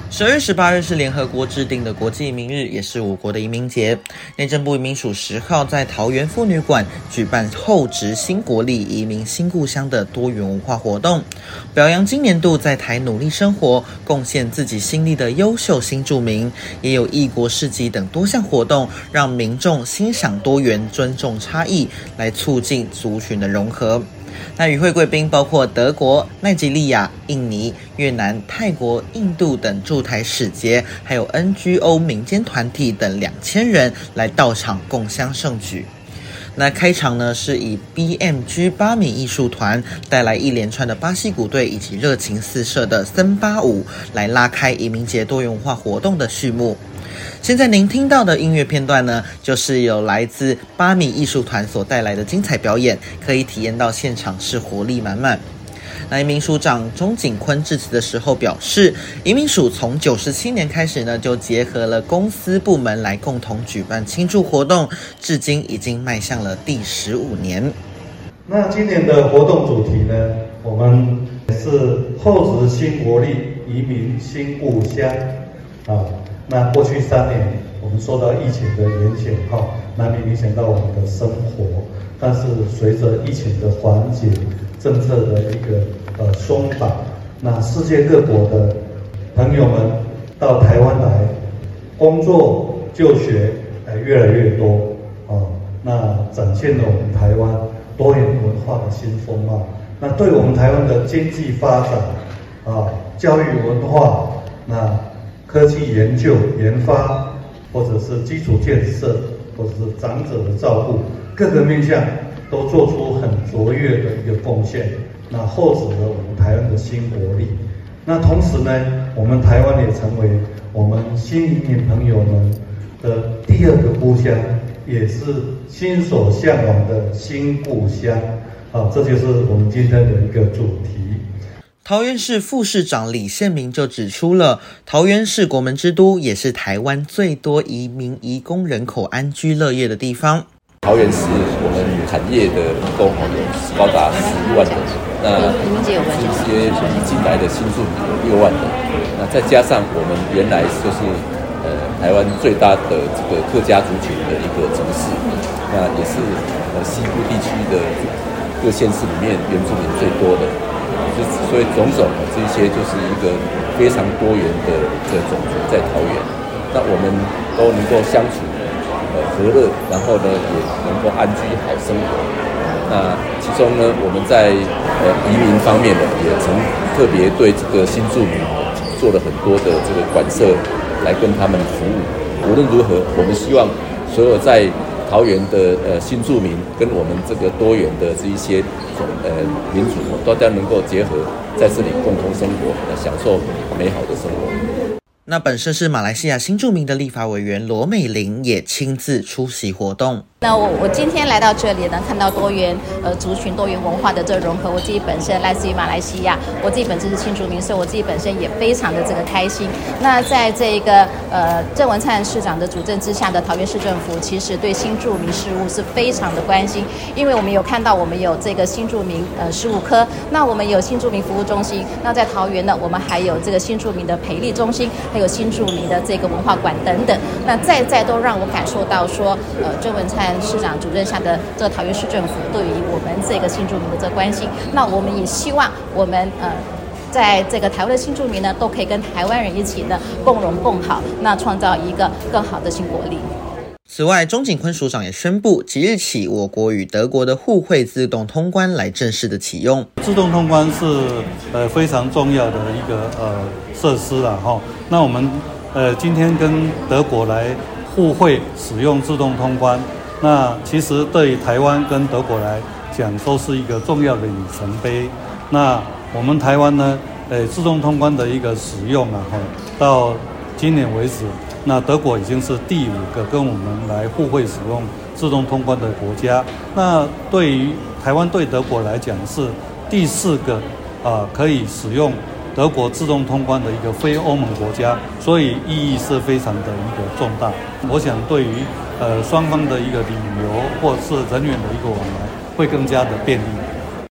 12月18日是联合国制定的国际移民日，也是我国的移民节。内政部移民署10号在桃园妇女馆举办厚植新国力、移民新故乡的多元文化活动，表扬今年度在台努力生活、贡献自己心力的优秀新住民，也有异国市集等多项活动，让民众欣赏多元、尊重差异，来促进族群的融合。那与会贵宾包括德国、奈及利亚、印尼、越南、泰国、印度等驻台使节，还有 NGO 民间团体等2000人来到场共襄盛举。那开场呢是以 BMG 巴米艺术团带来一连串的巴西鼓队以及热情四射的森巴舞，来拉开移民节多元文化活动的序幕。现在您听到的音乐片段呢，就是有来自巴米艺术团所带来的精彩表演，可以体验到现场是活力满满。那移民署长钟景坤致辞的时候表示，移民署从97年开始呢，就结合了公司部门来共同举办庆祝活动，至今已经迈向了第15年。 那今年的活动主题呢，我们是厚植新国力，移民新故乡那过去3年，我们受到疫情的影响难免影响到我们的生活。但是随着疫情的缓解，政策的一个松绑，那世界各国的朋友们到台湾来工作、就学，越来越多那展现了我们台湾多元文化的新风貌。那对我们台湾的经济发展教育文化，那科技研究研发，或者是基础建设，或者是长者的照顾，各个面向都做出很卓越的一个贡献，那厚植了我们台湾的新国力。那同时呢，我们台湾也成为我们新移民朋友们的第2个故乡，也是心所向往的新故乡这就是我们今天的一个主题。 桃园市副市长李宪明就指出了，桃园是国门之都，也是台湾最多移民移工人口安居乐业的地方。 桃园是我们产业的移工有高达11万人，那这些移进来的新住民有6万人，那再加上我们原来就是台湾最大的这个客家族群的一个城市，那也是西部地区的各县市里面原住民最多的。所以种种这些就是一个非常多元的这种族在桃园，那我们都能够相处和乐，然后呢也能够安居好生活。那其中呢，我们在移民方面呢，也曾特别对这个新住民做了很多的这个馆舍来跟他们服务。无论如何，我们希望所有在桃园的新住民跟我们这个多元的这一些民族都能够结合在这里共同生活，享受美好的生活。 那本身是马来西亚新住民的立法委员罗美玲也亲自出席活动。 那我今天来到这里呢，看到多元族群、多元文化的这融合。我自己本身来自于马来西亚，我自己本身是新住民，所以我自己本身也非常的这个开心。那在这个郑文灿市长的主政之下的桃园市政府，其实对新住民事务是非常的关心，因为我们有看到我们有这个新住民事务科，那我们有新住民服务中心，那在桃园呢，我们还有这个新住民的培力中心，还有新住民的这个文化馆等等。那再都让我感受到说，郑文灿市长主任下的这个桃园市政府对于我们这个新住民的这个关心，那我们也希望我们在这个台湾的新住民呢，都可以跟台湾人一起呢共荣共好，那创造一个更好的新国力。 此外，钟景坤署长也宣布，即日起，我国与德国的互惠自动通关来正式的启用。 自动通关是非常重要的一个设施啦那我们今天跟德国来互惠使用自动通关，那其实对于台湾跟德国来讲都是一个重要的里程碑。那我们台湾呢，自动通关的一个使用到今年为止，那德国已经是第5个跟我们来互惠使用自动通关的国家。那对于台湾对德国来讲是第4个可以使用德国自动通关的一个非欧盟国家，所以意义是非常的一个重大。我想对于双方的一个旅游或是人员的一个往来会更加的便利。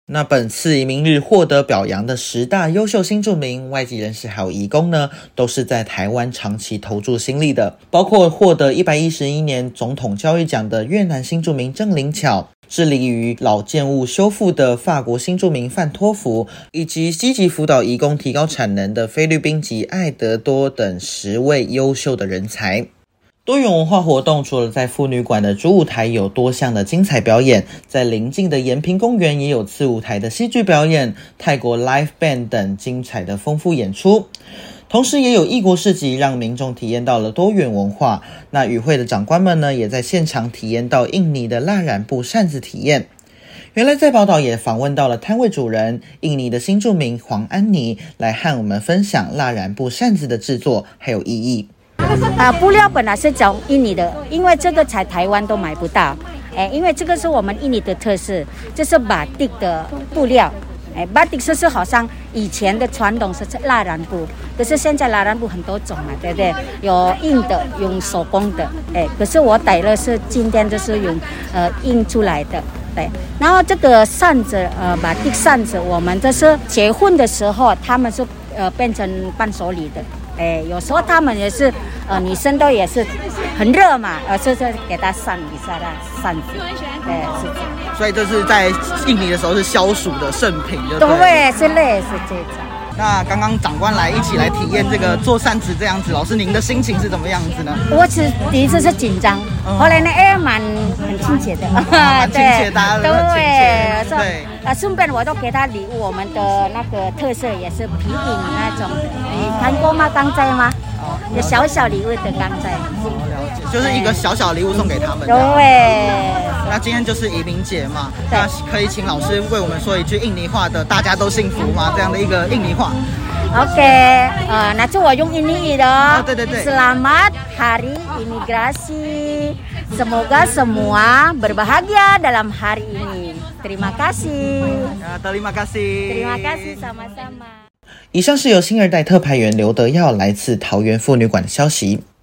那本次移民日获得表扬的10大优秀新住民、外籍人士还有移工呢，都是在台湾长期投注心力的，包括获得111年总统教育奖的越南新住民郑灵巧，致力于老建物修复的法国新住民范托福，以及积极辅导移工提高产能的菲律宾籍艾德多等10位优秀的人才。多元文化活动除了在妇女馆的主舞台有多项的精彩表演，在邻近的延平公园也有次舞台的戏剧表演、泰国 live band 等精彩的丰富演出，同时也有异国市集，让民众体验到了多元文化。那与会的长官们呢，也在现场体验到印尼的蜡染布扇子体验。原来在宝岛也访问到了摊位主人印尼的新住民黄安妮，来和我们分享蜡染布扇子的制作还有意义。 布料本来是找印尼的，因为这个在台湾都买不到，因为这个是我们印尼的特色，这是巴蒂的布料，巴蒂是好像以前的传统是蜡染布，可是现在蜡染布很多种嘛，对不对？有印的，用手工的，可是我逮了是今天就是用印出来的，对。然后这个扇子，巴蒂扇子，我们这是结婚的时候，他们是变成伴手礼的。有时候他们也是，女生都也是很热嘛，就是给他扇一下那扇子，是这样。 所以这是在印尼的时候是消暑的圣品， 对，是类似这种。 那刚刚长官来一起来体验这个做扇子这样子，老师您的心情是怎么样子呢？ 我第一次是紧张，后来呢，很亲切的， 蛮亲切，大家都很亲切， 对。顺便我都给他礼物，我们的那个特色也是皮影那种，你看过吗？钢材吗？有小小礼物的钢材。 了解，就是一个小小礼物送给他们。 对。 那今天就是移民节嘛，那可以请老师为我们说一句印尼话的"大家都幸福"吗？这样的一个印尼话。 OK， 那就我用印尼语的哦。 对。 Selamat Hari Imigrasi. Semoga semua berbahagia dalam hari ini. Terima kasih. Terima kasih. Terima kasih sama-sama. 以上是由新二代特派员刘德耀来自桃园妇女馆的消息。